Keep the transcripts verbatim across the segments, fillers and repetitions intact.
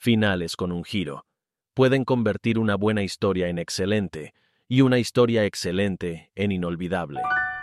Finales con un giro pueden convertir una buena historia en excelente y una historia excelente en inolvidable.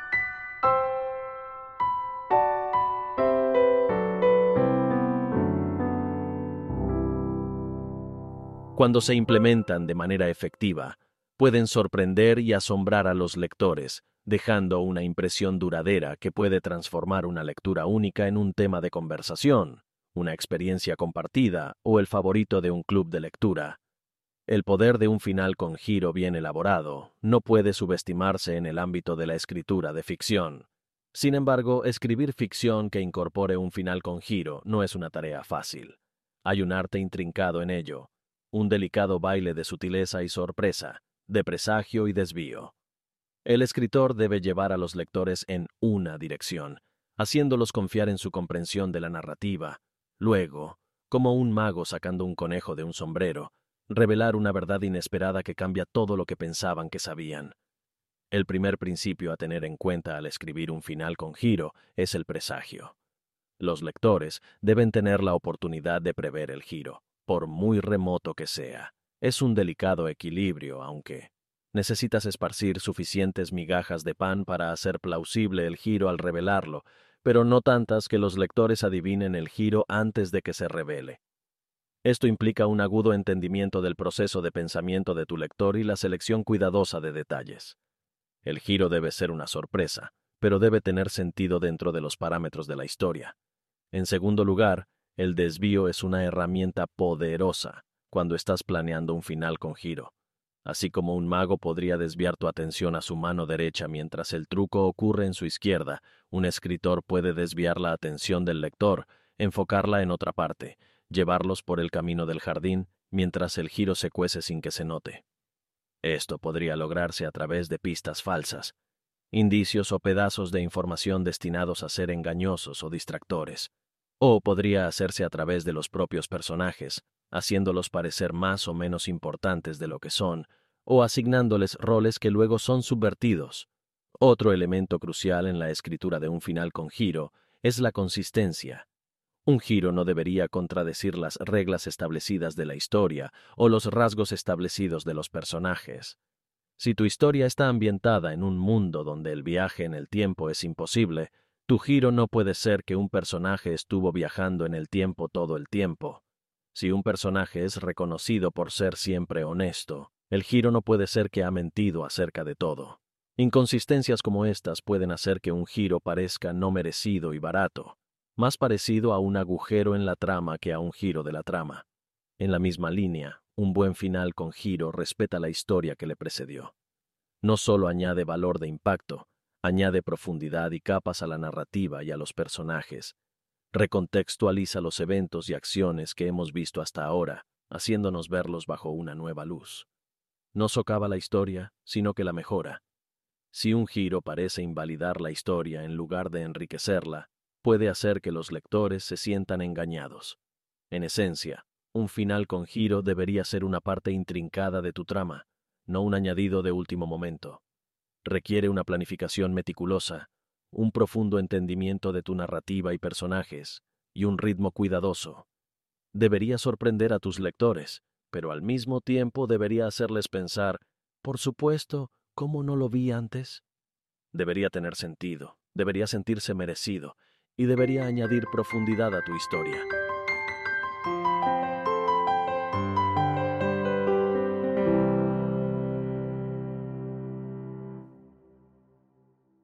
Cuando se implementan de manera efectiva, pueden sorprender y asombrar a los lectores, dejando una impresión duradera que puede transformar una lectura única en un tema de conversación, una experiencia compartida o el favorito de un club de lectura. El poder de un final con giro bien elaborado no puede subestimarse en el ámbito de la escritura de ficción. Sin embargo, escribir ficción que incorpore un final con giro no es una tarea fácil. Hay un arte intrincado en ello, un delicado baile de sutileza y sorpresa, de presagio y desvío. El escritor debe llevar a los lectores en una dirección, haciéndolos confiar en su comprensión de la narrativa. Luego, como un mago sacando un conejo de un sombrero, revelar una verdad inesperada que cambia todo lo que pensaban que sabían. El primer principio a tener en cuenta al escribir un final con giro es el presagio. Los lectores deben tener la oportunidad de prever el giro, por muy remoto que sea. Es un delicado equilibrio, aunque necesitas esparcir suficientes migajas de pan para hacer plausible el giro al revelarlo, pero no tantas que los lectores adivinen el giro antes de que se revele. Esto implica un agudo entendimiento del proceso de pensamiento de tu lector y la selección cuidadosa de detalles. El giro debe ser una sorpresa, pero debe tener sentido dentro de los parámetros de la historia. En segundo lugar, el desvío es una herramienta poderosa cuando estás planeando un final con giro. Así como un mago podría desviar tu atención a su mano derecha mientras el truco ocurre en su izquierda, un escritor puede desviar la atención del lector, enfocarla en otra parte, llevarlos por el camino del jardín mientras el giro se cuece sin que se note. Esto podría lograrse a través de pistas falsas, indicios o pedazos de información destinados a ser engañosos o distractores. O podría hacerse a través de los propios personajes, haciéndolos parecer más o menos importantes de lo que son, o asignándoles roles que luego son subvertidos. Otro elemento crucial en la escritura de un final con giro es la consistencia. Un giro no debería contradecir las reglas establecidas de la historia o los rasgos establecidos de los personajes. Si tu historia está ambientada en un mundo donde el viaje en el tiempo es imposible, tu giro no puede ser que un personaje estuvo viajando en el tiempo todo el tiempo. Si un personaje es reconocido por ser siempre honesto, el giro no puede ser que ha mentido acerca de todo. Inconsistencias como estas pueden hacer que un giro parezca no merecido y barato, más parecido a un agujero en la trama que a un giro de la trama. En la misma línea, un buen final con giro respeta la historia que le precedió. No solo añade valor de impacto, añade profundidad y capas a la narrativa y a los personajes. Recontextualiza los eventos y acciones que hemos visto hasta ahora, haciéndonos verlos bajo una nueva luz. No socava la historia, sino que la mejora. Si un giro parece invalidar la historia en lugar de enriquecerla, puede hacer que los lectores se sientan engañados. En esencia, un final con giro debería ser una parte intrincada de tu trama, no un añadido de último momento. Requiere una planificación meticulosa, un profundo entendimiento de tu narrativa y personajes, y un ritmo cuidadoso. Debería sorprender a tus lectores, pero al mismo tiempo debería hacerles pensar, por supuesto, ¿cómo no lo vi antes? Debería tener sentido, debería sentirse merecido, y debería añadir profundidad a tu historia.